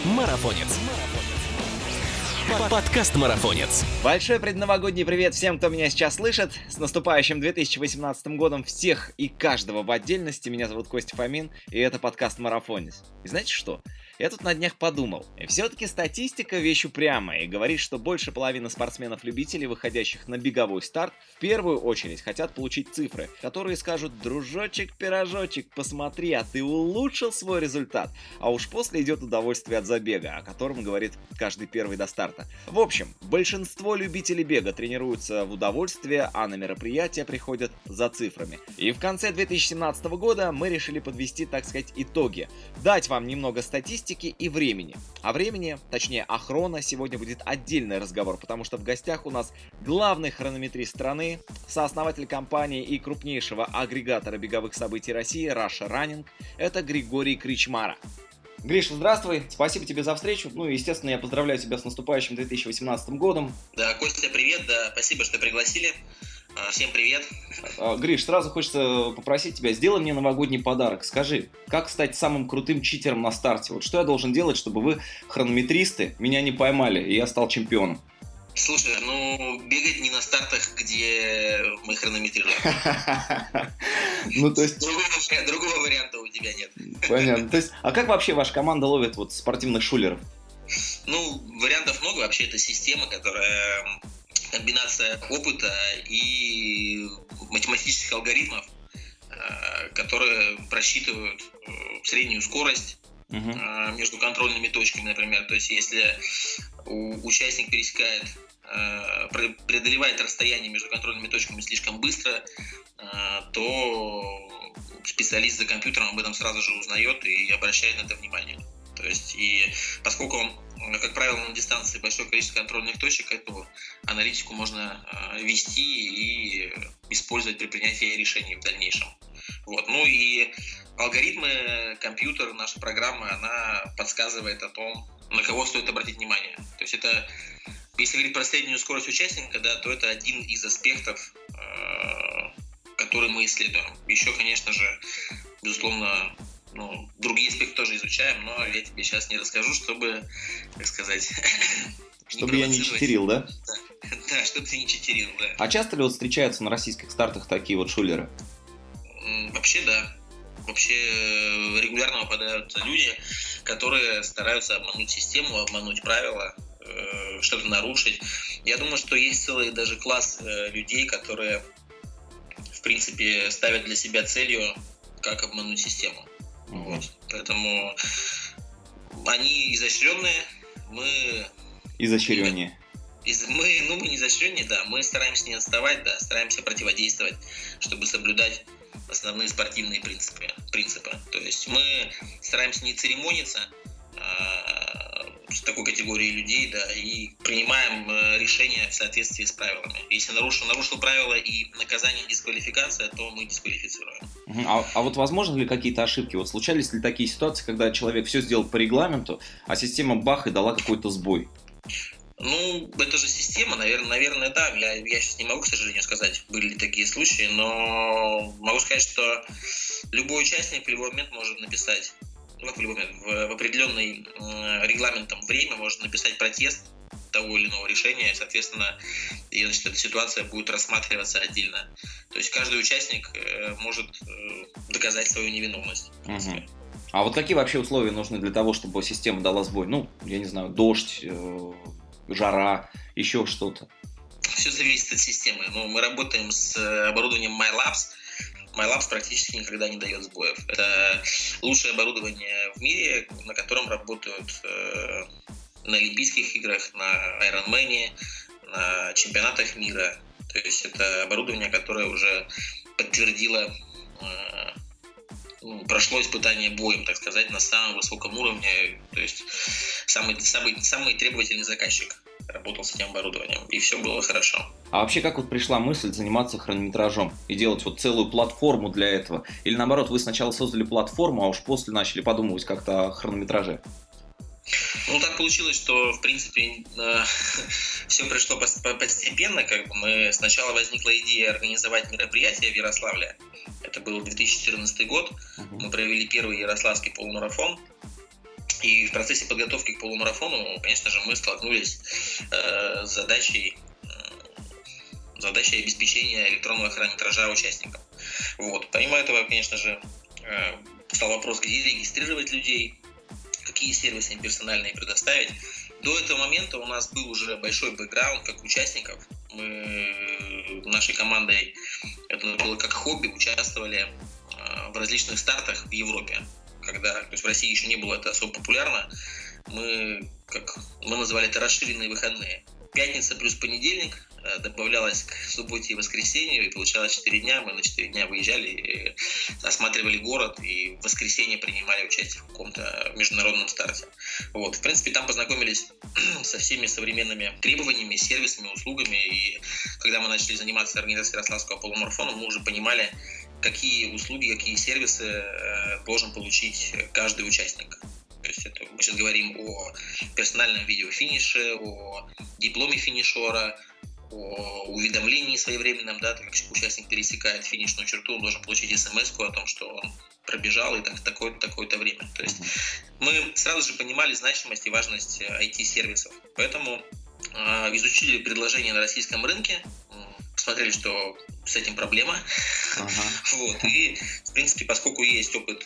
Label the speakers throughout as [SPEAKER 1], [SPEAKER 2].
[SPEAKER 1] Марафонец. Подкаст «Марафонец».
[SPEAKER 2] Большой предновогодний привет всем, кто меня сейчас слышит. С наступающим 2018 годом всех и каждого в отдельности. Меня зовут Костя Фомин, и это подкаст «Марафонец». И знаете что? Я тут на днях подумал. И все-таки статистика вещь упрямая и говорит, что больше половины спортсменов-любителей, выходящих на беговой старт, в первую очередь хотят получить цифры, которые скажут: дружочек-пирожочек, посмотри, а ты улучшил свой результат. А уж после идет удовольствие от забега, о котором говорит каждый первый до старта. В общем, большинство любителей бега тренируются в удовольствие, а на мероприятия приходят за цифрами. И в конце 2017 года мы решили подвести, так сказать, итоги. Дать вам немного статистики и времени. О времени, точнее о хроно, сегодня будет отдельный разговор, потому что в гостях у нас главный хронометрист страны, сооснователь компании и крупнейшего агрегатора беговых событий России Russia Running, это Григорий Кричмара. Гриш, здравствуй, спасибо тебе за встречу. Ну и, естественно, я поздравляю тебя с наступающим 2018 годом.
[SPEAKER 3] Да, Костя, привет, да, спасибо, что пригласили. Всем привет.
[SPEAKER 2] Гриш, сразу хочется попросить тебя, сделай мне новогодний подарок. Скажи, как стать самым крутым читером на старте? Вот что я должен делать, чтобы вы, хронометристы, меня не поймали, и я стал чемпионом?
[SPEAKER 3] Слушай, бегать не на стартах, где мы хронометрируем.
[SPEAKER 2] Ну, то есть...
[SPEAKER 3] Другого варианта у тебя нет.
[SPEAKER 2] Понятно. То есть, а как вообще ваша команда ловит вот спортивных шулеров?
[SPEAKER 3] Вариантов много. Вообще, это система, которая... комбинация опыта и математических алгоритмов, которые просчитывают среднюю скорость между контрольными точками, например. То есть, если участник преодолевает расстояние между контрольными точками слишком быстро, то специалист за компьютером об этом сразу же узнает и обращает на это внимание. То есть, и поскольку, как правило, на дистанции большое количество контрольных точек, эту аналитику можно вести и использовать при принятии решений в дальнейшем. Вот. Ну и алгоритмы, компьютер, наша программа, она подсказывает о том, на кого стоит обратить внимание. То есть это, если говорить про среднюю скорость участника, да, то это один из аспектов, который мы исследуем. Еще, конечно же, безусловно, другие аспекты тоже изучаем, но я тебе сейчас не расскажу, чтобы, так сказать...
[SPEAKER 2] Чтобы я не читерил, да?
[SPEAKER 3] Да, чтобы ты не читерил, да.
[SPEAKER 2] А часто ли вот встречаются на российских стартах такие вот шулеры?
[SPEAKER 3] Вообще, да. Вообще регулярно попадаются люди, которые стараются обмануть систему, обмануть правила, что-то нарушить. Я думаю, что есть целый даже класс людей, которые, в принципе, ставят для себя целью, как обмануть систему. Вот. Поэтому они изощренные, мы...
[SPEAKER 2] Изощреннее.
[SPEAKER 3] Мы не изощреннее, да, мы стараемся не отставать, да, стараемся противодействовать, чтобы соблюдать основные спортивные принципы. То есть мы стараемся не церемониться с такой категорией людей, да, и принимаем решения в соответствии с правилами. Если нарушил правила и наказание дисквалификация, то мы дисквалифицируем.
[SPEAKER 2] А вот возможны ли какие-то ошибки? Вот случались ли такие ситуации, когда человек все сделал по регламенту, а система бах и дала какой-то сбой?
[SPEAKER 3] Это же система, наверное, да. Я сейчас не могу, к сожалению, сказать, были ли такие случаи, но могу сказать, что любой участник в любой момент может написать, в определенный регламентом время может написать протест того или иного решения, и, соответственно, эта ситуация будет рассматриваться отдельно. То есть каждый участник может доказать свою невиновность.
[SPEAKER 2] А вот какие вообще условия нужны для того, чтобы система дала сбой? Я не знаю, дождь, жара, еще что-то.
[SPEAKER 3] Все зависит от системы. Мы работаем с оборудованием MyLabs. MyLabs практически никогда не дает сбоев. Это лучшее оборудование в мире, на котором работают на Олимпийских играх, на Ironman, на чемпионатах мира. То есть это оборудование, которое уже подтвердило, прошло испытание боем, так сказать, на самом высоком уровне. То есть самый требовательный заказчик работал с этим оборудованием, и все было хорошо.
[SPEAKER 2] А вообще, как вот пришла мысль заниматься хронометражом и делать вот целую платформу для этого? Или наоборот, вы сначала создали платформу, а уж после начали подумывать как-то о хронометраже?
[SPEAKER 3] Так получилось, что, в принципе, все пришло постепенно. Сначала возникла идея организовать мероприятие в Ярославле. Это был 2014 год. Мы провели первый ярославский полумарафон. И в процессе подготовки к полумарафону, конечно же, мы столкнулись с задачей обеспечения электронного хронометража участникам. Вот. Помимо этого, конечно же, стал вопрос, где регистрировать людей, какие сервисы им персональные предоставить. До этого момента у нас был уже большой бэкграунд как участников. Мы нашей командой, это было как хобби, участвовали в различных стартах в Европе. То есть в России еще не было это особо популярно, мы называли это расширенные выходные. Пятница плюс понедельник добавлялась к субботе и воскресенью, и получалось 4 дня. Мы на 4 дня выезжали, и осматривали город, и в воскресенье принимали участие в каком-то международном старте. Вот. В принципе, там познакомились со всеми современными требованиями, сервисами, услугами, и когда мы начали заниматься организацией Ярославского полумарафона, мы уже понимали, какие услуги, какие сервисы должен получить каждый участник. То есть это мы сейчас говорим о персональном видеофинише, о дипломе финишера, о уведомлении своевременном, да, как участник пересекает финишную черту, он должен получить смс-ку о том, что он пробежал и такое-то время. То есть мы сразу же понимали значимость и важность IT-сервисов. Поэтому изучили предложения на российском рынке, посмотрели, что с этим проблема. Вот. И, в принципе, поскольку есть опыт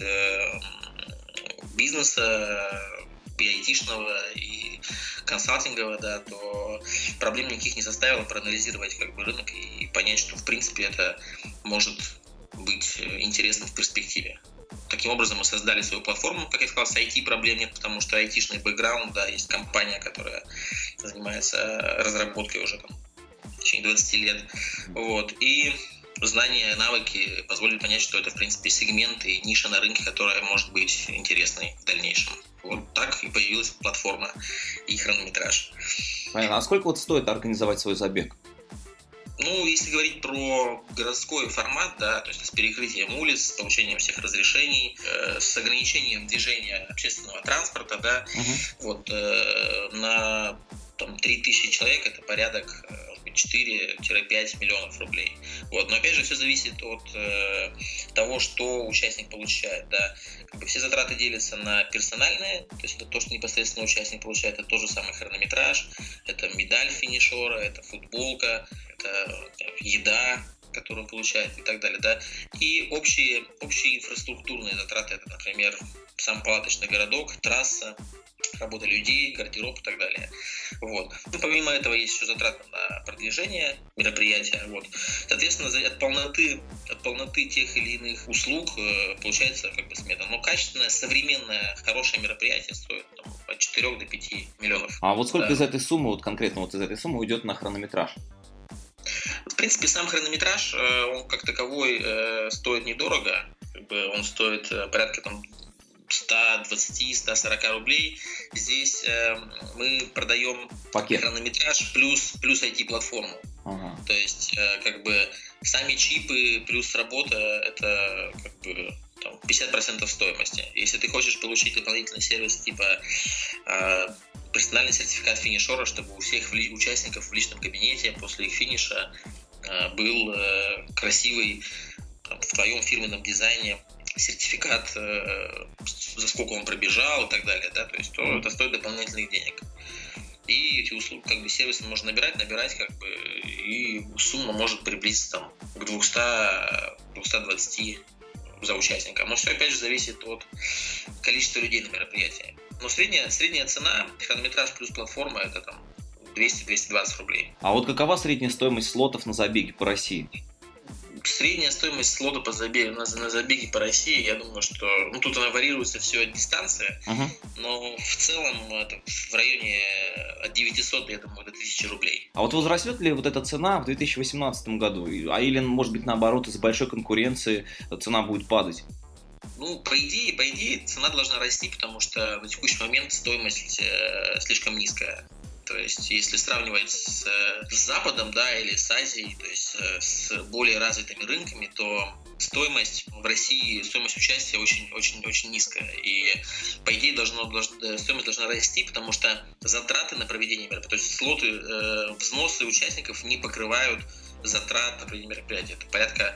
[SPEAKER 3] бизнеса, и айтишного, и консалтингового, да, то проблем никаких не составило проанализировать рынок и понять, что, в принципе, это может быть интересно в перспективе. Таким образом, мы создали свою платформу. Как я сказал, с IT проблем нет, потому что айтишный бэкграунд, да, есть компания, которая занимается разработкой уже в течение 20 лет. Вот. И знания, навыки позволили понять, что это, в принципе, сегмент и ниша на рынке, которая может быть интересной в дальнейшем. Вот так и появилась платформа и хронометраж.
[SPEAKER 2] Понятно. А сколько стоит организовать свой забег?
[SPEAKER 3] Если говорить про городской формат, да, то есть с перекрытием улиц, с получением всех разрешений, с ограничением движения общественного транспорта, да, вот, на 3000 человек это порядок 4-5 миллионов рублей. Вот. Но опять же все зависит от того, что участник получает. Да. Все затраты делятся на персональные, то есть это то, что непосредственно участник получает, это тот же самый хронометраж, это медаль финишера, это футболка, это еда, которую он получает и так далее. Да. И общие инфраструктурные затраты, это, например, сам палаточный городок, трасса, работа людей, гардероб и так далее. Вот. Помимо этого есть еще затраты на продвижение мероприятия. Вот. Соответственно, от полноты тех или иных услуг получается смета. Но качественное, современное, хорошее мероприятие стоит от 4 до 5 миллионов.
[SPEAKER 2] А вот сколько из этой суммы, конкретно из этой суммы уйдет на хронометраж?
[SPEAKER 3] В принципе, сам хронометраж, он как таковой стоит недорого. Он стоит порядка 120-140 рублей. Здесь мы продаем хронометраж плюс IT-платформу. То есть сами чипы плюс работа это 50% стоимости. Если ты хочешь получить дополнительный сервис типа персональный сертификат финишера, чтобы у всех участников в личном кабинете после их финиша был красивый в твоем фирменном дизайне сертификат, за сколько он пробежал и так далее, да, то есть это стоит дополнительных денег. И эти услуги, сервисы можно набирать, и сумма может приблизиться к 200-220 за участника. Но все, опять же, зависит от количества людей на мероприятии. Но средняя цена, хронометраж плюс платформа, это 200-220 рублей.
[SPEAKER 2] А вот какова средняя стоимость слотов на забеге по России?
[SPEAKER 3] Средняя стоимость слота на забеге по России, я думаю, что тут она варьируется все от дистанции, но в целом это в районе от 900, я думаю, до 1000 рублей.
[SPEAKER 2] А вот возрастет ли эта цена в 2018 году? Или, может быть, наоборот, из-за большой конкуренции цена будет падать?
[SPEAKER 3] По идее, цена должна расти, потому что на текущий момент стоимость слишком низкая. То есть, если сравнивать с Западом, да, или с Азией, то есть с более развитыми рынками, то стоимость в России, стоимость участия очень низкая. И, по идее, стоимость должна расти, потому что затраты на проведение мероприятия, то есть слоты, взносы участников не покрывают затрат на проведение мероприятия. Это порядка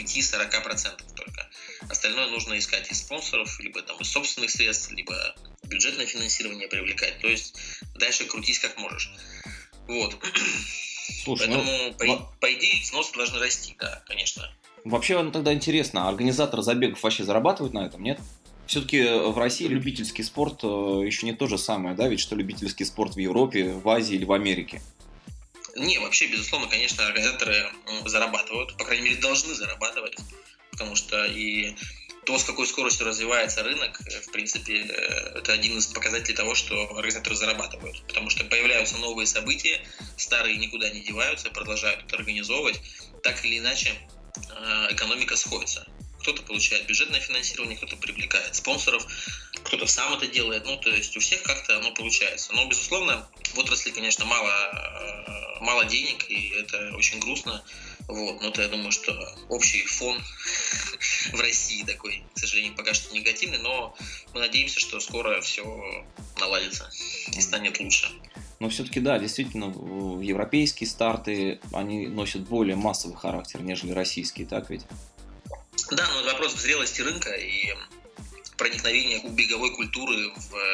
[SPEAKER 3] 35-40% только. Остальное нужно искать из спонсоров, либо из собственных средств, либо бюджетное финансирование привлекать. То есть дальше крутись как можешь. Вот.
[SPEAKER 2] Слушай,
[SPEAKER 3] поэтому, по идее, взносы должны расти, да, конечно.
[SPEAKER 2] Вообще, тогда интересно, организаторы забегов вообще зарабатывают на этом, нет? Все-таки в России любительский спорт еще не то же самое, да, ведь что любительский спорт в Европе, в Азии или в Америке.
[SPEAKER 3] Не, вообще, безусловно, конечно, организаторы зарабатывают, по крайней мере, должны зарабатывать, потому что и то, с какой скоростью развивается рынок, в принципе, это один из показателей того, что организаторы зарабатывают, потому что появляются новые события, старые никуда не деваются, продолжают это организовывать, так или иначе экономика сходится. Кто-то получает бюджетное финансирование, кто-то привлекает спонсоров, кто-то сам это делает. Ну, то есть у всех как-то оно получается. Но, безусловно, в отрасли, конечно, мало денег, и это очень грустно. Вот. Но это, я думаю, что общий фон в России такой, к сожалению, пока что негативный, но мы надеемся, что скоро все наладится и станет лучше.
[SPEAKER 2] Но все-таки, да, действительно, европейские старты, они носят более массовый характер, нежели российские, так ведь?
[SPEAKER 3] Да, но это вопрос зрелости рынка и проникновения беговой культуры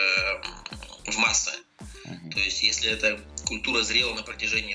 [SPEAKER 3] в массы. То есть, если эта культура зрела на протяжении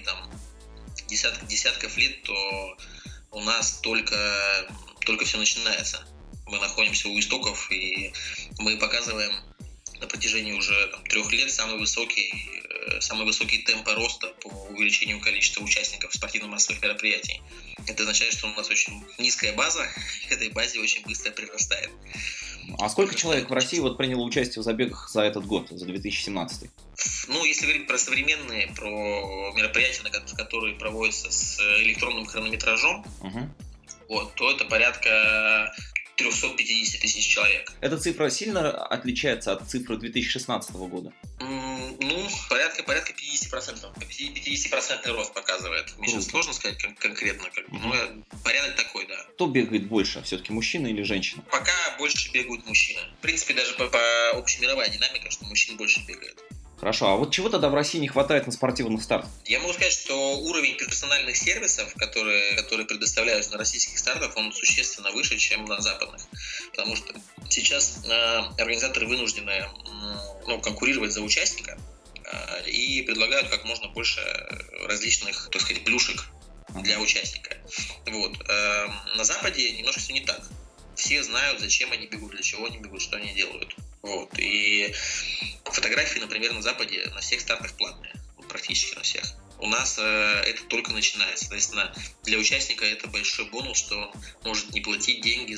[SPEAKER 3] десятков лет, то у нас только все начинается. Мы находимся у истоков, и мы показываем на протяжении уже 3 лет самый высокий темп роста по увеличению количества участников спортивно-массовых мероприятий. Это означает, что у нас очень низкая база, и к этой базе очень быстро прирастает.
[SPEAKER 2] А сколько человек в России приняло участие в забегах за этот год, за 2017?
[SPEAKER 3] Ну, если говорить про современные, про мероприятия, которые проводятся с электронным хронометражом, то это порядка 350 тысяч человек.
[SPEAKER 2] Эта цифра сильно отличается от цифры 2016 года?
[SPEAKER 3] Ну, порядка 50%. 50% рост показывает. Мне сейчас сложно сказать конкретно, но порядок такой, да.
[SPEAKER 2] Кто бегает больше, все-таки мужчина или женщина?
[SPEAKER 3] Пока больше бегают мужчины. В принципе, даже по общемировая динамика, что мужчин больше бегает.
[SPEAKER 2] Хорошо, а вот чего тогда в России не хватает на спортивных стартах?
[SPEAKER 3] Я могу сказать, что уровень персональных сервисов, которые предоставляются на российских стартах, он существенно выше, чем на западных. Потому что сейчас организаторы вынуждены конкурировать за участника и предлагают как можно больше различных, так сказать, плюшек для участника. Вот. На Западе немножко все не так. Все знают, зачем они бегут, для чего они бегут, что они делают. Вот. И фотографии, например, на Западе на всех стартах платные, практически на всех. У нас это только начинается. Соответственно, для участника это большой бонус, что он может не платить деньги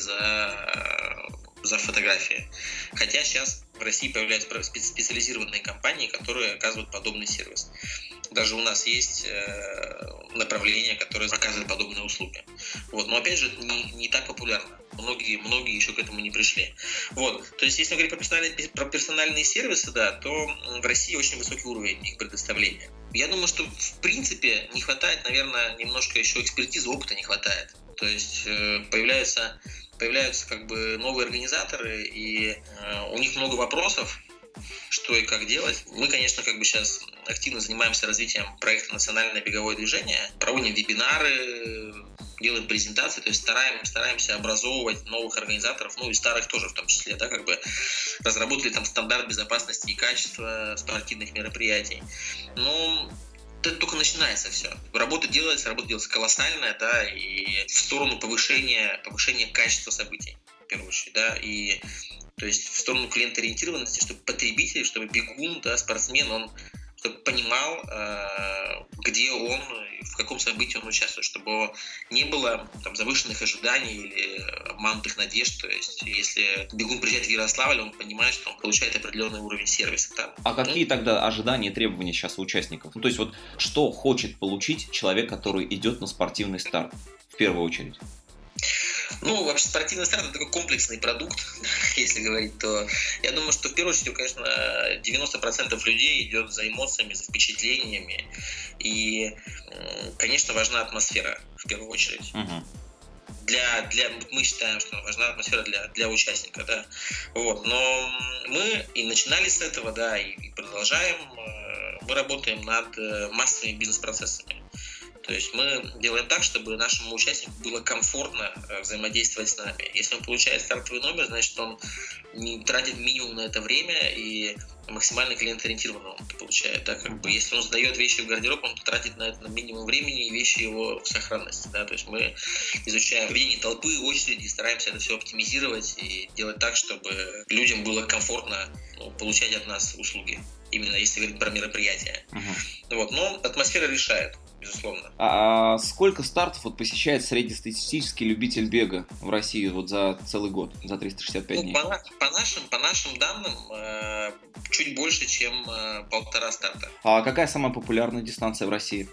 [SPEAKER 3] за фотографии. Хотя сейчас в России появляются специализированные компании, которые оказывают подобный сервис. Даже у нас есть направления, которые оказывают подобные услуги. Вот. Но опять же, это не так популярно. Многие еще к этому не пришли. Вот. То есть, если говорить про персональные сервисы, да, то в России очень высокий уровень их предоставления. Я думаю, что в принципе не хватает, наверное, немножко еще экспертизы, опыта не хватает. То есть появляются как бы новые организаторы, и у них много вопросов, что и как делать. Мы, конечно, как бы сейчас активно занимаемся развитием проекта «Национальное беговое движение», проводим вебинары, делаем презентации, то есть стараемся образовывать новых организаторов, ну и старых тоже в том числе, да, как бы разработали там стандарт безопасности и качества спортивных мероприятий. Но это только начинается все. Работа делается колоссальная, да, и в сторону повышения качества событий, в первую очередь, да, и то есть в сторону клиентоориентированности, чтобы потребитель, чтобы бегун, да, спортсмен, он чтобы понимал, где он, в каком событии он участвует, чтобы не было там завышенных ожиданий или обманутых надежд. То есть, если бегун приезжает в Ярославль, он понимает, что он получает определенный уровень сервиса там.
[SPEAKER 2] А какие тогда ожидания и требования сейчас у участников? Ну, то есть, вот что хочет получить человек, который идет на спортивный старт, в первую очередь?
[SPEAKER 3] Ну, вообще спортивный старт – это такой комплексный продукт, если говорить, то я думаю, что в первую очередь, конечно, 90% людей идет за эмоциями, за впечатлениями, и, конечно, важна атмосфера в первую очередь. Мы считаем, что важна атмосфера для участника, да. Вот. Но мы и начинали с этого, да, и продолжаем. Мы работаем над массовыми бизнес-процессами. То есть мы делаем так, чтобы нашему участнику было комфортно взаимодействовать с нами. Если он получает стартовый номер, значит, он не тратит минимум на это время и максимально клиент-ориентированно он это получает. Да? Если он сдает вещи в гардероб, он тратит на это минимум времени и вещи его в сохранности. Да? То есть мы изучаем поведение толпы, очереди, стараемся это все оптимизировать и делать так, чтобы людям было комфортно получать от нас услуги. Именно если говорить про мероприятия. Но атмосфера решает. Безусловно.
[SPEAKER 2] А сколько стартов посещает среднестатистический любитель бега в России за целый год, за 365 дней?
[SPEAKER 3] По нашим данным, чуть больше, чем 1,5 старта.
[SPEAKER 2] А какая самая популярная дистанция в России?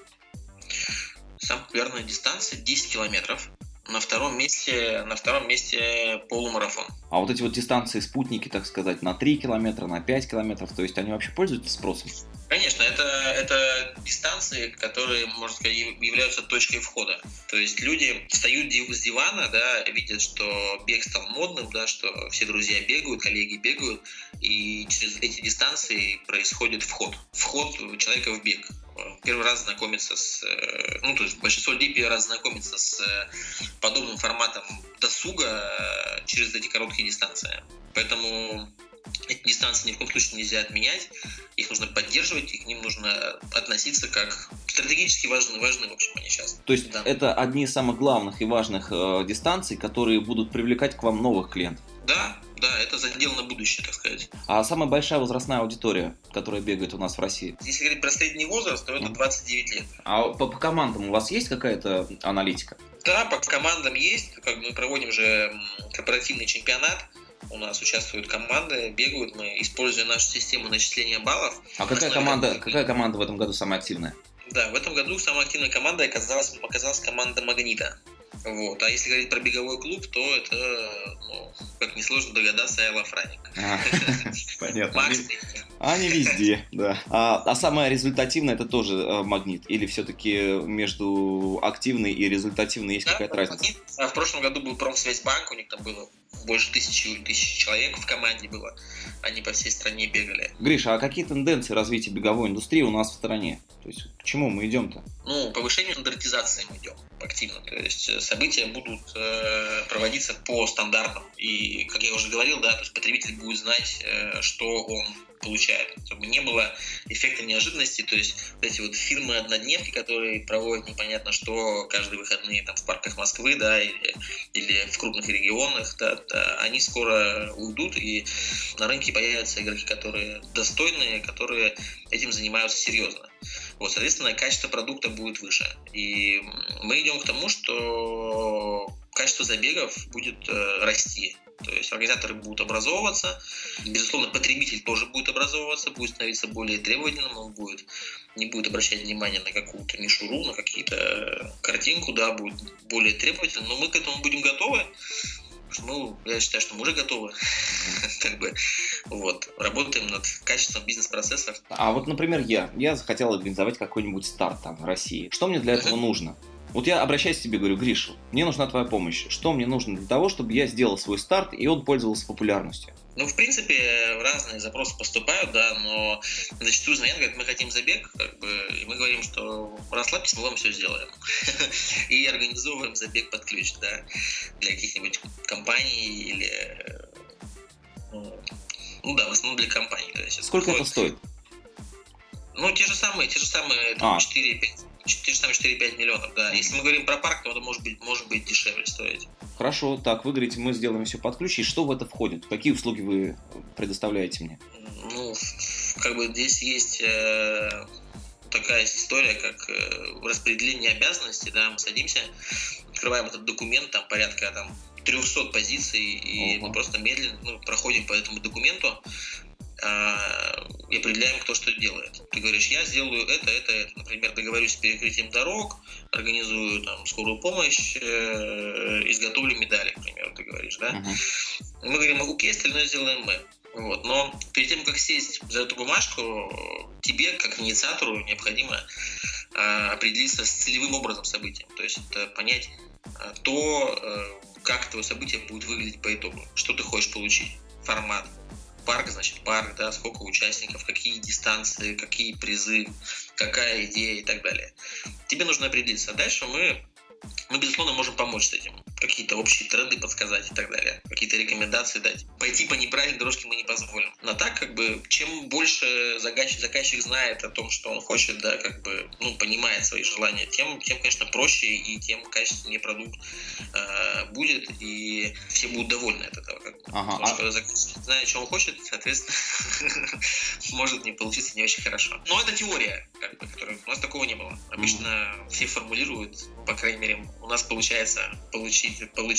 [SPEAKER 3] Самая популярная дистанция 10 километров. На втором месте полумарафон.
[SPEAKER 2] А вот эти дистанции спутники, так сказать, на 3 километра, на 5 километров, то есть они вообще пользуются спросом?
[SPEAKER 3] Конечно, это дистанции, которые, можно сказать, являются точкой входа. То есть люди встают с дивана, да, видят, что бег стал модным, да, что все друзья бегают, коллеги бегают, и через эти дистанции происходит вход человека в бег. Первый раз знакомиться то есть большинство людей первый раз знакомится с подобным форматом досуга через эти короткие дистанции. Поэтому эти дистанции ни в коем случае нельзя отменять, их нужно поддерживать, и к ним нужно относиться как стратегически важны, в общем, они сейчас.
[SPEAKER 2] То есть это одни из самых главных и важных дистанций, которые будут привлекать к вам новых клиентов?
[SPEAKER 3] Да, это задел на будущее, так сказать.
[SPEAKER 2] А самая большая возрастная аудитория, которая бегает у нас в России?
[SPEAKER 3] Если говорить про средний возраст, то это 29 лет.
[SPEAKER 2] А по командам у вас есть какая-то аналитика?
[SPEAKER 3] Да, по командам есть. Мы проводим же корпоративный чемпионат. У нас участвуют команды, бегают. Мы используем нашу систему начисления баллов.
[SPEAKER 2] А какая команда в этом году самая активная?
[SPEAKER 3] Да, в этом году самой активной командой оказалась команда «Магнита». А если говорить про беговой клуб, то это, как несложно догадаться, I Love Running.
[SPEAKER 2] Понятно. Они везде, да. А самое результативное это тоже «Магнит»? Или все-таки между активной и результативной есть какая-то разница?
[SPEAKER 3] В прошлом году был Промсвязьбанк, у них там было больше тысячи человек в команде было. Они по всей стране бегали.
[SPEAKER 2] Гриша, а какие тенденции развития беговой индустрии у нас в стране? То есть к чему мы идем-то?
[SPEAKER 3] Повышению стандартизации мы идем активно. То есть события будут проводиться по стандартам. И, как я уже говорил, то есть потребитель будет знать, что он получает, чтобы не было эффекта неожиданности. То есть эти фирмы-однодневки, которые проводят непонятно что каждые выходные в парках Москвы, или в крупных регионах, они скоро уйдут, и на рынке появятся игроки, которые достойные, которые этим занимаются серьезно. Соответственно, качество продукта будет выше. И мы идем к тому, что качество забегов будет расти. То есть организаторы будут образовываться, безусловно, потребитель тоже будет образовываться, будет становиться более требовательным, он не будет обращать внимание на какую-то мишуру, на какие-то картинку, будет более требовательным, но мы к этому будем готовы. Я считаю, что мы уже готовы. Работаем над качеством бизнес-процессов.
[SPEAKER 2] А например, я захотел организовать какой-нибудь старт в России. Что мне для этого нужно? Я обращаюсь к тебе, говорю: Гриша, мне нужна твоя помощь. Что мне нужно для того, чтобы я сделал свой старт, и он пользовался популярностью?
[SPEAKER 3] В принципе, разные запросы поступают, но зачастую звонят, говорят: мы хотим забег, и мы говорим, что расслабьтесь, мы вам все сделаем. И организовываем забег под ключ, для каких-нибудь компаний или... в основном для компаний.
[SPEAKER 2] Сколько это стоит?
[SPEAKER 3] Те же самые 4-5 миллионов, Если мы говорим про парк, то это может быть дешевле стоить.
[SPEAKER 2] Хорошо, вы говорите, мы сделаем все под ключ, и что в это входит? Какие услуги вы предоставляете мне?
[SPEAKER 3] Здесь есть такая история, как распределение обязанностей, мы садимся, открываем этот документ, порядка 300 позиций, и мы просто медленно проходим по этому документу, и определяем, кто что делает. Ты говоришь: я сделаю это. Например, договорюсь с перекрытием дорог, организую скорую помощь, изготовлю медали, к примеру, ты говоришь, Мы говорим: окей, остальное сделаем мы. Но перед тем, как сесть за эту бумажку, тебе, как инициатору, необходимо определиться с целевым образом события. То есть это понять как твое событие будет выглядеть по итогу, что ты хочешь получить, формат, парк, значит парк, да, сколько участников, какие дистанции, какие призы, какая идея и так далее. Тебе нужно определиться. А дальше мы, безусловно, можем помочь с этим. Какие-то общие тренды подсказать и так далее. Какие-то рекомендации дать. Пойти по неправильной дорожке мы не позволим. Но так, чем больше заказчик знает о том, что он хочет, да, понимает свои желания, тем, конечно, проще и тем качественнее продукт будет, и все будут довольны от этого. Потому что заказчик знает, что он хочет, соответственно, может не получиться не очень хорошо. Но это теория, которой у нас такого не было. Обычно все формулируют, по крайней мере, у нас получается получить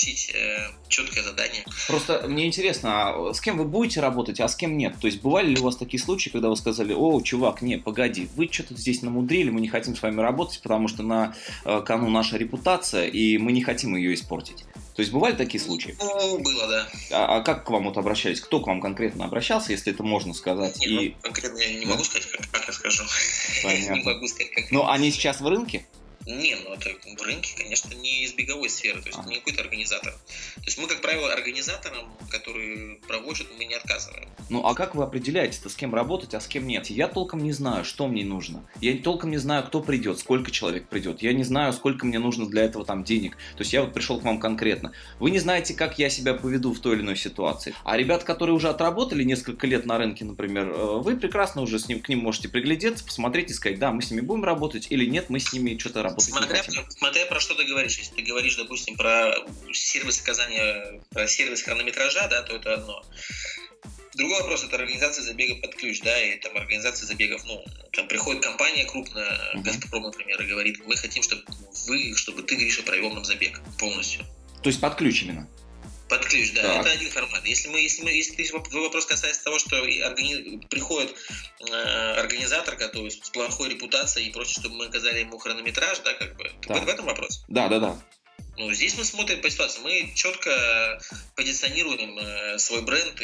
[SPEAKER 3] четкое задание.
[SPEAKER 2] Просто мне интересно, а с кем вы будете работать, а с кем нет? То есть бывали ли у вас такие случаи, когда вы сказали: о, чувак, не, погоди, вы что-то здесь намудрили, мы не хотим с вами работать, потому что на кону наша репутация, и мы не хотим ее испортить. То есть бывали такие случаи?
[SPEAKER 3] Ну, было, да.
[SPEAKER 2] А как к вам обращались? Кто к вам конкретно обращался, если это можно сказать?
[SPEAKER 3] Нет, конкретно я не могу сказать, как я скажу.
[SPEAKER 2] Понятно.
[SPEAKER 3] Не могу сказать, как.
[SPEAKER 2] Но они сейчас в рынке?
[SPEAKER 3] Не, это в рынке, конечно, не из беговой сферы, то есть не какой-то организатор. То есть мы, как правило, организаторам, которые проводят, мы не отказываем.
[SPEAKER 2] Ну, а как вы определяете-то, с кем работать, а с кем нет? Я толком не знаю, что мне нужно. Я толком не знаю, кто придет, сколько человек придет. Я не знаю, сколько мне нужно для этого денег. То есть я пришел к вам конкретно. Вы не знаете, как я себя поведу в той или иной ситуации. А ребята, которые уже отработали несколько лет на рынке, например, вы прекрасно уже к ним можете приглядеться, посмотреть и сказать: да, мы с ними будем работать, или нет, мы с ними что-то работать.
[SPEAKER 3] Смотря про что ты говоришь. Если ты говоришь, допустим, про сервис оказания, про сервис хронометража, да, то это одно. Другой вопрос — это организация забега под ключ, да, и там организация забегов, приходит компания крупная, Газпром, например, и говорит: мы хотим, чтобы ты, Гриша, провел нам забег полностью.
[SPEAKER 2] То есть под ключ именно?
[SPEAKER 3] Под ключ, да, так. Это один формат. Если твой вопрос касается того, что приходит организатор, который с плохой репутацией и просит, чтобы мы оказали ему хронометраж, да, в этом вопрос?
[SPEAKER 2] Да.
[SPEAKER 3] Здесь мы смотрим по ситуации. Мы четко позиционируем свой бренд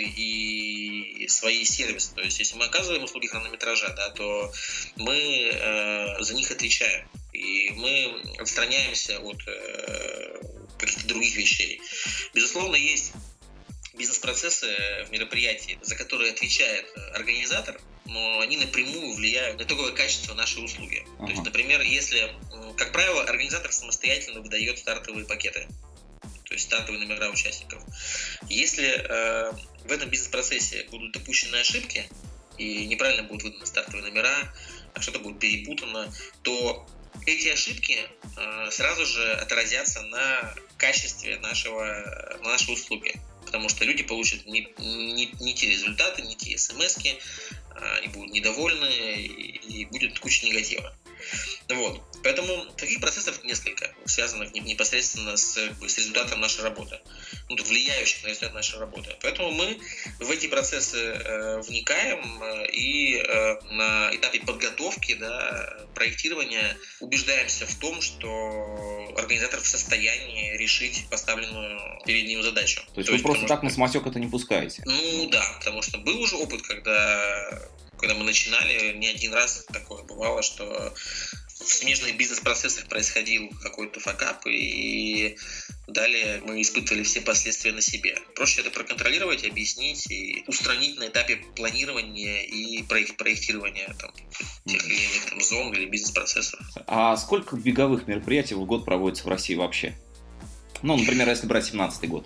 [SPEAKER 3] и свои сервисы. То есть, если мы оказываем услуги хронометража, да, то мы за них отвечаем. И мы отстраняемся от каких-то других вещей. Безусловно, есть бизнес-процессы в мероприятии, за которые отвечает организатор, но они напрямую влияют на итоговое качество нашей услуги. То есть, например, если, как правило, организатор самостоятельно выдает стартовые пакеты, то есть стартовые номера участников. Если в этом бизнес-процессе будут допущены ошибки и неправильно будут выданы стартовые номера, а что-то будет перепутано, то эти ошибки сразу же отразятся на качестве нашей услуги. Потому что люди получат не те результаты, не те смс-ки, и будут недовольны, и будет куча негатива. Вот. Поэтому таких процессов несколько, связанных непосредственно с результатом нашей работы, влияющих на результат нашей работы. Поэтому мы в эти процессы вникаем и на этапе подготовки, да, проектирования убеждаемся в том, что организатор в состоянии решить поставленную перед ним задачу.
[SPEAKER 2] То есть вы просто так на самотек это не пускаете?
[SPEAKER 3] Да, потому что был уже опыт, когда мы начинали, не один раз такое бывало, что в смежных бизнес-процессах происходил какой-то факап, и далее мы испытывали все последствия на себе. Проще это проконтролировать, объяснить и устранить на этапе планирования и проектирования тех или иных зон или бизнес-процессов.
[SPEAKER 2] А сколько беговых мероприятий в год проводится в России вообще? Например, если брать 2017 год.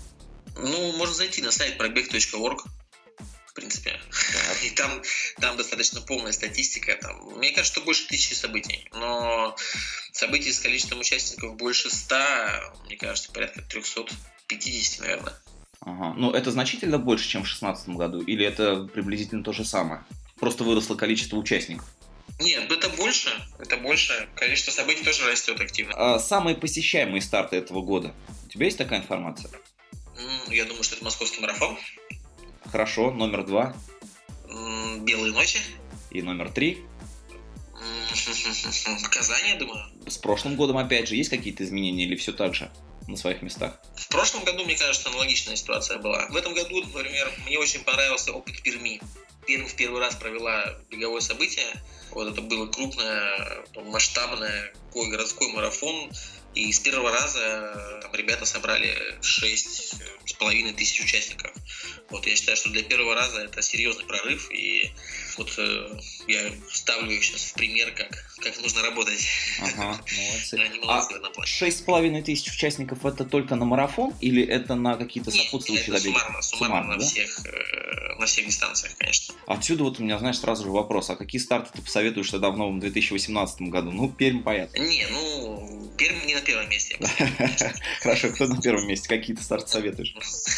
[SPEAKER 3] Можно зайти на сайт probeg.org. В принципе. И там достаточно полная статистика. Мне кажется, что больше 1000 событий. Но событий с количеством участников больше 100, мне кажется, порядка 350, наверное.
[SPEAKER 2] Это значительно больше, чем в 2016 году? Или это приблизительно то же самое? Просто выросло количество участников?
[SPEAKER 3] Нет, это больше. Количество событий тоже растет активно.
[SPEAKER 2] Самые посещаемые старты этого года. У тебя есть такая информация?
[SPEAKER 3] Я думаю, что это московский марафон.
[SPEAKER 2] Хорошо, номер 2.
[SPEAKER 3] Белые ночи.
[SPEAKER 2] И номер 3.
[SPEAKER 3] Казань, я думаю.
[SPEAKER 2] С прошлым годом, опять же, есть какие-то изменения или все так же на своих местах?
[SPEAKER 3] В прошлом году, мне кажется, аналогичная ситуация была. В этом году, например, мне очень понравился опыт Перми. Пермь в первый раз провела беговое событие. Это было крупное, масштабное городской марафон И с первого раза там ребята собрали 6,5 тысяч участников. Вот, я считаю, что для первого раза это серьезный прорыв, и вот я ставлю их сейчас в пример, как нужно работать.
[SPEAKER 2] Ага, молодцы.
[SPEAKER 3] Они молодцы в этом плане.
[SPEAKER 2] 6,5 тысяч участников это только на марафон или это на какие-то сопутствующие забеги?
[SPEAKER 3] Суммарно
[SPEAKER 2] да?
[SPEAKER 3] на всех дистанциях, конечно.
[SPEAKER 2] Отсюда вот у меня, знаешь, сразу же вопрос, а какие старты ты посоветуешь тогда в новом 2018 году? Ну, Пермь, понятно.
[SPEAKER 3] Пермь не на первом месте.
[SPEAKER 2] Хорошо, кто на первом месте? Какие ты старты советуешь?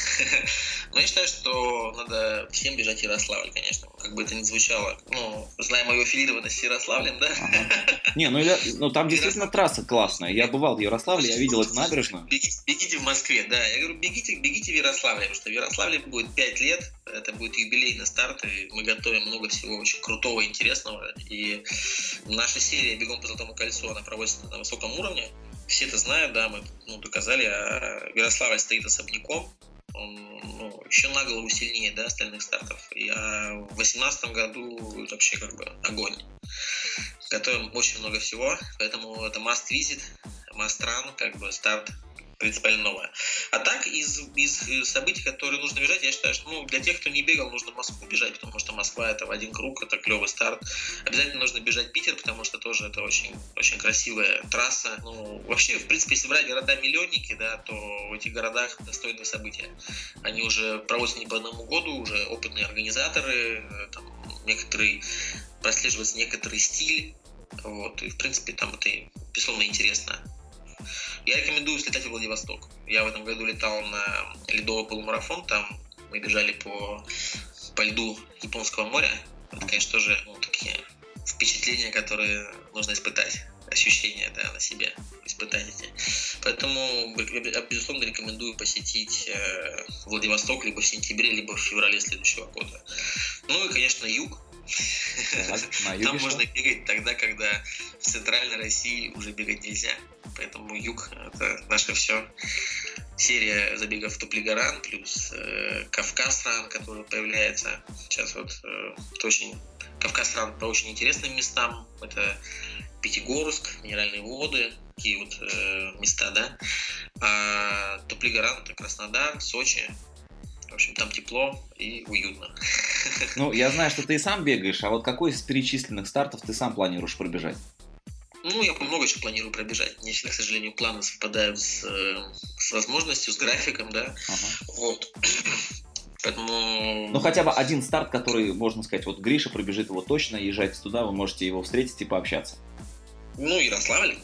[SPEAKER 3] Ну, я считаю, что надо всем бежать в Ярославль, конечно. Как бы это ни звучало. Зная мою аффилированность с Ярославлем, да?
[SPEAKER 2] Ага. Не, там действительно трасса классная. Я бывал в Ярославле, я видел эту набережную.
[SPEAKER 3] Бегите в Москве, да. Я говорю, бегите в Ярославле, потому что в Ярославле будет 5 лет. Это будет юбилейный старт, и мы готовим много всего очень крутого и интересного. И наша серия «Бегом по Золотому кольцу», она проводится на высоком уровне. Все это знают, да, мы доказали, а Ярославль стоит особняком. Он еще на голову сильнее, да, остальных стартов. В 2018 году вообще как бы огонь. Готовим очень много всего, поэтому это must visit, must run, как бы старт принципиально новое. А так, из событий, которые нужно бежать, я считаю, что для тех, кто не бегал, нужно Москву бежать, потому что Москва — это в один круг, это клевый старт. Обязательно нужно бежать Питер, потому что тоже это очень, очень красивая трасса. Вообще, в принципе, если брать города-миллионники, да, то в этих городах достойные события. Они уже проводятся не по одному году, уже опытные организаторы, там прослеживается некоторый стиль, вот, и, в принципе, там это, безусловно, интересно. Я рекомендую слетать в Владивосток. Я в этом году летал на ледовый полумарафон, там мы бежали по льду Японского моря. Это, конечно, тоже такие впечатления, которые нужно испытать, ощущения, да, на себе испытать эти. Поэтому, безусловно, рекомендую посетить Владивосток либо в сентябре, либо в феврале следующего года. Ну и, конечно, юг. Там можно бегать тогда, когда в центральной России уже бегать нельзя. Поэтому юг — это наше все. Серия забегов Туплигаран плюс Кавказ-ран, который появляется. Сейчас вот это очень... Кавказ-ран по очень интересным местам. Это Пятигорск, Минеральные воды, такие вот места, да. А Туплигаран — это Краснодар, Сочи. В общем, там тепло и уютно.
[SPEAKER 2] Я знаю, что ты и сам бегаешь, а вот какой из перечисленных стартов ты сам планируешь пробежать?
[SPEAKER 3] Я много чего планирую пробежать. Не всегда, к сожалению, планы совпадают с возможностью, с графиком, да. Ага. Вот. Поэтому...
[SPEAKER 2] хотя бы один старт, который, можно сказать, вот Гриша пробежит его точно, езжайте туда, вы можете его встретить и пообщаться.
[SPEAKER 3] Ярославль.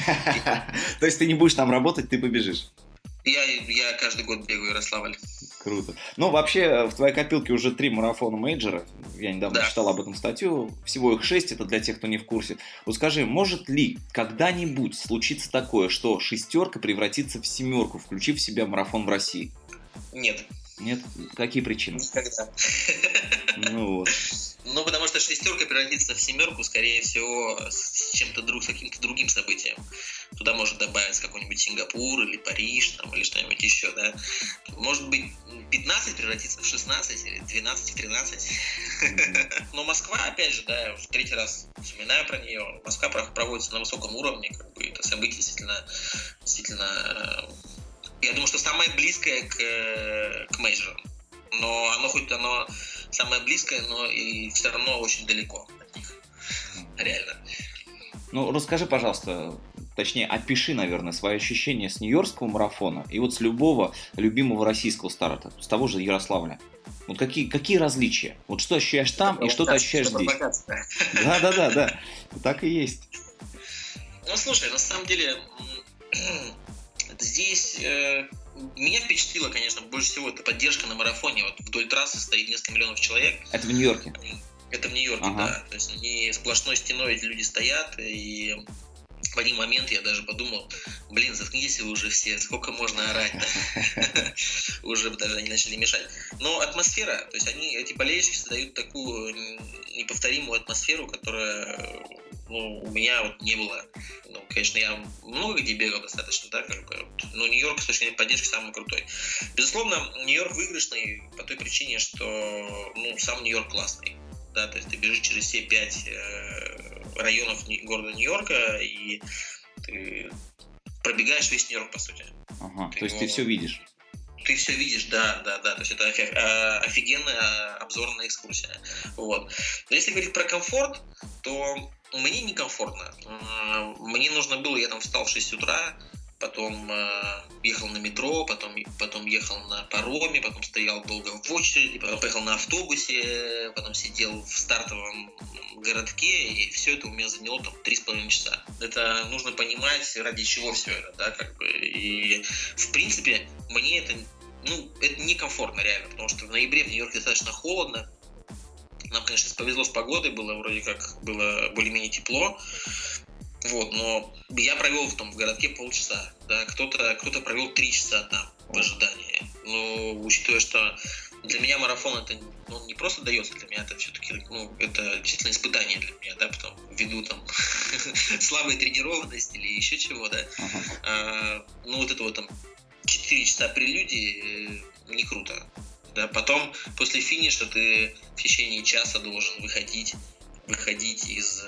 [SPEAKER 2] То есть ты не будешь там работать, ты побежишь?
[SPEAKER 3] Я каждый год бегаю Ярославль.
[SPEAKER 2] Круто. Вообще, в твоей копилке уже 3 марафона мейджора. Я недавно читал об этом статью. Всего их 6, это для тех, кто не в курсе. Вот скажи, может ли когда-нибудь случиться такое, что 6 превратится в 7, включив в себя марафон в России?
[SPEAKER 3] Нет.
[SPEAKER 2] Нет? Какие причины?
[SPEAKER 3] Никогда.
[SPEAKER 2] Вот.
[SPEAKER 3] Потому что 6 превратится в 7, скорее всего, с каким-то другим событием. Туда может добавиться какой-нибудь Сингапур или Париж, или что-нибудь еще, да. Может быть, 15 превратится в 16 или 12 в 13. Но Москва, опять же, да, я в 3-й раз вспоминаю про нее. Москва проводится на высоком уровне, это событие действительно, я думаю, что самое близкое к мейджорам. Но оно самое близкое, но и все равно очень далеко от них. Реально.
[SPEAKER 2] Расскажи, пожалуйста, точнее, опиши, наверное, свои ощущения с нью-йоркского марафона и вот с любого любимого российского старта, с того же Ярославля. Вот какие различия? Вот что ощущаешь там и что ты ощущаешь здесь? Да. Так и есть.
[SPEAKER 3] Слушай, на самом деле, здесь... Меня впечатлило, конечно, больше всего это поддержка на марафоне. Вот вдоль трассы стоит несколько миллионов человек.
[SPEAKER 2] Это в Нью-Йорке?
[SPEAKER 3] Это в Нью-Йорке, да. То есть они сплошной стеной, эти люди стоят, и в один момент я даже подумал, заткнитесь вы уже все, сколько можно орать. Уже даже они начали мешать. Но атмосфера, то есть эти болельщики создают такую неповторимую атмосферу, которая у меня не было. Конечно, я много где бегал достаточно, да, но Нью-Йорк с точки зрения поддержки самый крутой. Безусловно, Нью-Йорк выигрышный по той причине, что сам Нью-Йорк классный. Да, то есть ты бежишь через все 5 районов города Нью-Йорка, и ты пробегаешь весь Нью-Йорк, по сути.
[SPEAKER 2] Ага, то есть ты все видишь.
[SPEAKER 3] Ты все видишь, да. То есть это офигенная обзорная экскурсия. Вот. Но если говорить про комфорт, то мне некомфортно. Мне нужно было, я там встал в 6 утра, потом ехал на метро, потом ехал на пароме, потом стоял долго в очереди, потом поехал на автобусе, потом сидел в стартовом городке, и все это у меня заняло там 3,5 часа. Это нужно понимать, ради чего все это, да, как бы. И в принципе мне это некомфортно реально, потому что в ноябре в Нью-Йорке достаточно холодно. Нам, конечно, повезло с погодой, было вроде как было более-менее тепло. Вот, но я провел в городке полчаса, да, кто-то провел 3 часа там в ожидании. Но учитывая, что для меня марафон это не просто дается, для меня это все-таки, это действительно испытание для меня, да, потом ввиду там слабой тренированности или еще чего, да. Вот это вот там 4 часа прелюдии не круто. Да, потом после финиша ты в течение часа должен выходить из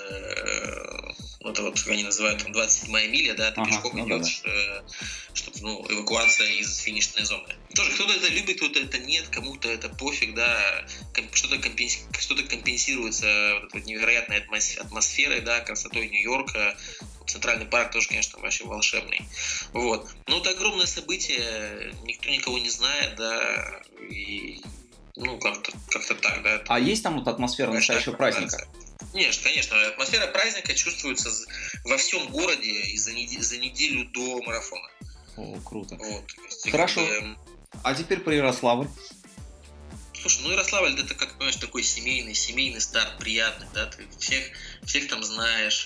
[SPEAKER 3] это вот, как они называют, там 27-я миля, да, ты пешком идешь, чтобы, эвакуация из финишной зоны. Тоже кто-то это любит, кто-то это нет, кому-то это пофиг, да, что-то компенсируется вот этой вот невероятной атмосферой, да, красотой Нью-Йорка. Центральный парк тоже, конечно, вообще волшебный. Вот. Но это огромное событие, никто никого не знает, да, и как-то так, да.
[SPEAKER 2] А есть там вот атмосфера настоящего праздника?
[SPEAKER 3] Конечно. Атмосфера праздника чувствуется во всем городе и за неделю до марафона.
[SPEAKER 2] О, круто.
[SPEAKER 3] Вот.
[SPEAKER 2] Хорошо. А теперь про Ярославль.
[SPEAKER 3] Слушай, Ярославль это, как понимаешь, такой семейный старт, приятный, да, ты всех там знаешь.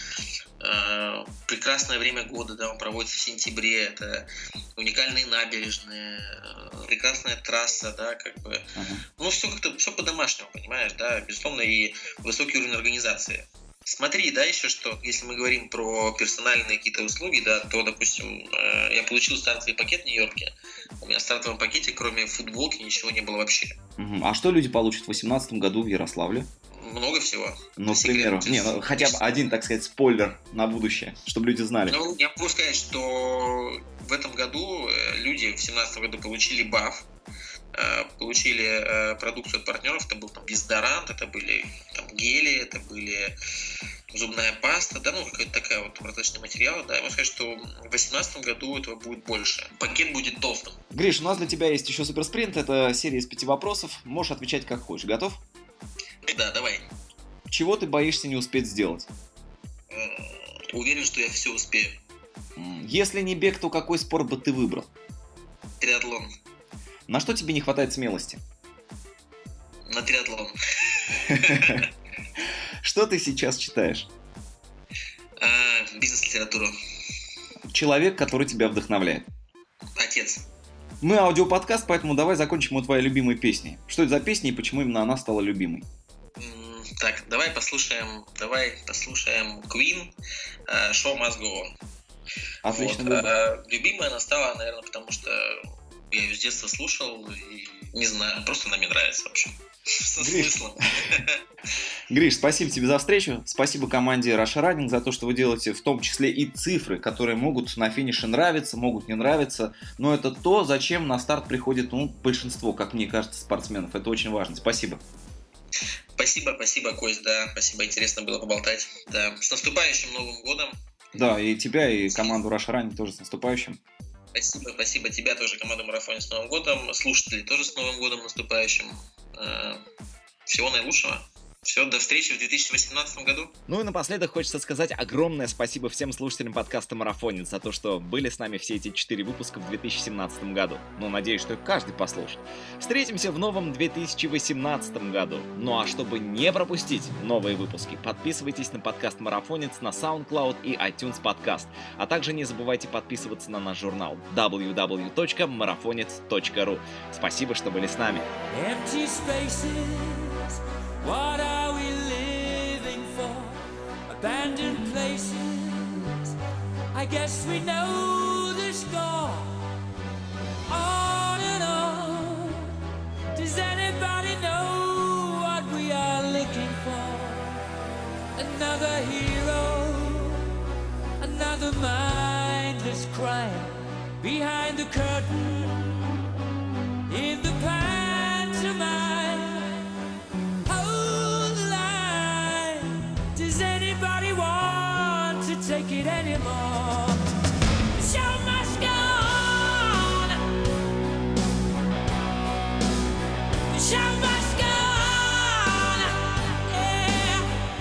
[SPEAKER 3] Прекрасное время года, да, он проводится в сентябре, это уникальные набережные, прекрасная трасса, да, как бы, все по-домашнему, понимаешь, да, безусловно, и высокий уровень организации. Смотри, да, еще что, если мы говорим про персональные какие-то услуги, да, то, допустим, я получил стартовый пакет в Нью-Йорке, у меня в стартовом пакете, кроме футболки, ничего не было вообще.
[SPEAKER 2] А что люди получат в 2018 году в Ярославле?
[SPEAKER 3] Много всего.
[SPEAKER 2] Ну, к примеру, хотя бы один, так сказать, спойлер на будущее, чтобы люди знали.
[SPEAKER 3] Я могу сказать, что в этом году люди в 2017 году получили баф, получили продукцию от партнеров, это был там дезодорант, это были там гели, это были зубная паста, да, какая-то такая вот проточный материал, да, я могу сказать, что в 2018 году этого будет больше. Пакет будет толстым.
[SPEAKER 2] Гриш, у нас для тебя есть еще суперспринт, это серия из 5 вопросов, можешь отвечать как хочешь, готов?
[SPEAKER 3] Да, давай.
[SPEAKER 2] Чего ты боишься не успеть сделать?
[SPEAKER 3] Уверен, что я все успею.
[SPEAKER 2] Если не бег, то какой спорт бы ты выбрал?
[SPEAKER 3] Триатлон.
[SPEAKER 2] На что тебе не хватает смелости?
[SPEAKER 3] На триатлон.
[SPEAKER 2] Что ты сейчас читаешь?
[SPEAKER 3] Бизнес-литературу.
[SPEAKER 2] Человек, который тебя вдохновляет.
[SPEAKER 3] Отец.
[SPEAKER 2] Мы аудиоподкаст, поэтому давай закончим у твоей любимой песни. Что это за песня и почему именно она стала любимой?
[SPEAKER 3] Так, давай послушаем Queen, Show Must Go On.
[SPEAKER 2] Отлично. Вот.
[SPEAKER 3] Любимая она стала, наверное, потому что я ее с детства слушал, и не знаю, просто она мне нравится вообще. Со смыслом.
[SPEAKER 2] Гриш, спасибо тебе за встречу. Спасибо команде Russia Running за то, что вы делаете в том числе и цифры, которые могут на финише нравиться, могут не нравиться. Но это то, зачем на старт приходит большинство, как мне кажется, спортсменов. Это очень важно. Спасибо.
[SPEAKER 3] Спасибо, Кость, да. Спасибо, интересно было поболтать. Да. С наступающим Новым годом.
[SPEAKER 2] Да, и тебя, и команду Russia Running тоже с наступающим.
[SPEAKER 3] Спасибо. Тебя тоже, команду Марафоне, с Новым годом. Слушатели тоже с Новым годом наступающим. Всего наилучшего. Все, до встречи в 2018 году.
[SPEAKER 2] Ну и напоследок хочется сказать огромное спасибо всем слушателям подкаста «Марафонец» за то, что были с нами все эти 4 выпуска в 2017 году. Ну, надеюсь, что каждый послушает. Встретимся в новом 2018 году. Ну а чтобы не пропустить новые выпуски, подписывайтесь на подкаст «Марафонец» на SoundCloud и iTunes Podcast. А также не забывайте подписываться на наш журнал www.marafonец.ru. Спасибо, что были с нами.
[SPEAKER 1] What are we living for? Abandoned places. I guess we know the score. On and on. Does anybody know what we are looking for? Another hero, another mindless crying behind the curtain in the pantomime. Hold the line. Does anybody want to take it anymore? The show must go on. The show must go on. Yeah.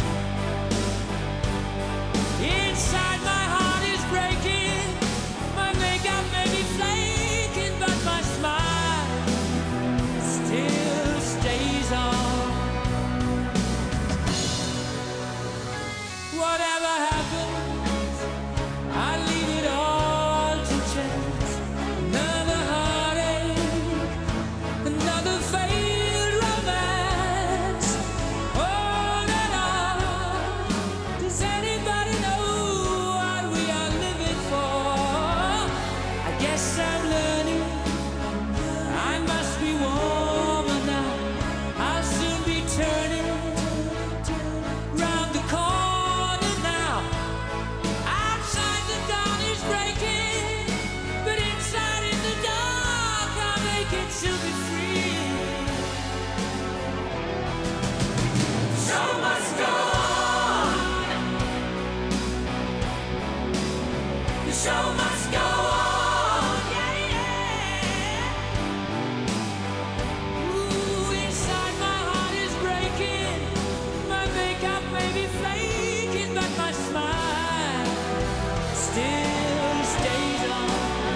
[SPEAKER 1] Inside my heart is breaking. My makeup may be flaking, but my smile still stays on. Whatever happens, I leave it all to chance. Another heartache, another failed romance. All that on. Does anybody know what we are living for? I guess I'm learning. I must be warmer now. I'll soon be turning round the corner now. Outside the dawn is breaking, but inside in the dark I'll make it to be free. The show must go on. The show must go on. Yeah, yeah. Ooh, inside my heart is breaking. My makeup may be flaking, but my smile still stays on.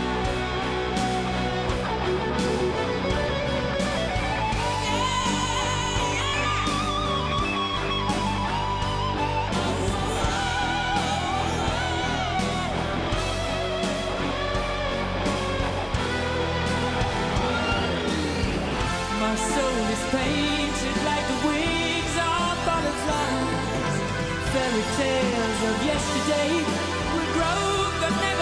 [SPEAKER 1] My soul is painted like the wings of butterflies. Fairy tales of yesterday will grow but never